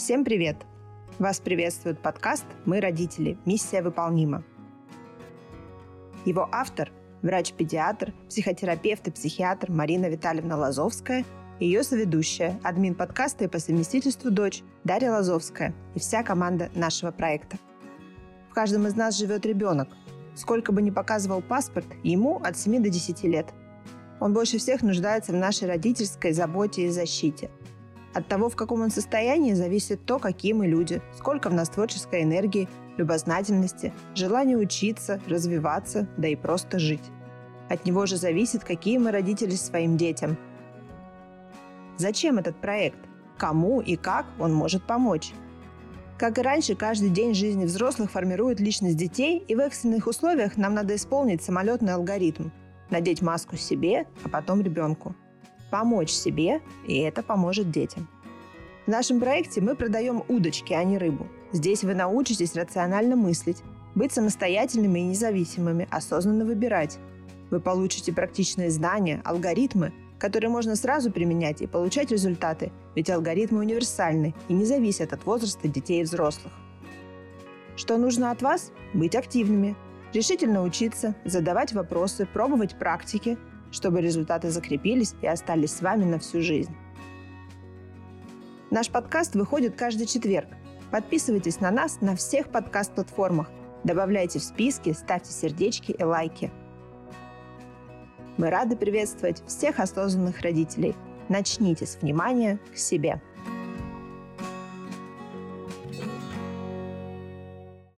Всем привет! Вас приветствует подкаст «Мы родители. Миссия выполнима». Его автор – врач-педиатр, психотерапевт и психиатр Марина Витальевна Лазовская, и ее соведущая, админ подкаста и по совместительству дочь Дарья Лазовская и вся команда нашего проекта. В каждом из нас живет ребенок. Сколько бы ни показывал паспорт, ему от 7 до 10 лет. Он больше всех нуждается в нашей родительской заботе и защите. От того, в каком он состоянии, зависит то, какие мы люди, сколько в нас творческой энергии, любознательности, желания учиться, развиваться, да и просто жить. От него же зависит, какие мы родители своим детям. Зачем этот проект? Кому и как он может помочь? Как и раньше, каждый день жизни взрослых формирует личность детей, и в экстренных условиях нам надо исполнить самолетный алгоритм – надеть маску себе, а потом ребенку. Помочь себе, и это поможет детям. В нашем проекте мы продаем удочки, а не рыбу. Здесь вы научитесь рационально мыслить, быть самостоятельными и независимыми, осознанно выбирать. Вы получите практичные знания, алгоритмы, которые можно сразу применять и получать результаты, ведь алгоритмы универсальны и не зависят от возраста детей и взрослых. Что нужно от вас? Быть активными, решительно учиться, задавать вопросы, пробовать практики, чтобы результаты закрепились и остались с вами на всю жизнь. Наш подкаст выходит каждый четверг. Подписывайтесь на нас на всех подкаст-платформах, добавляйте в списки, ставьте сердечки и лайки. Мы рады приветствовать всех осознанных родителей. Начните с внимания к себе.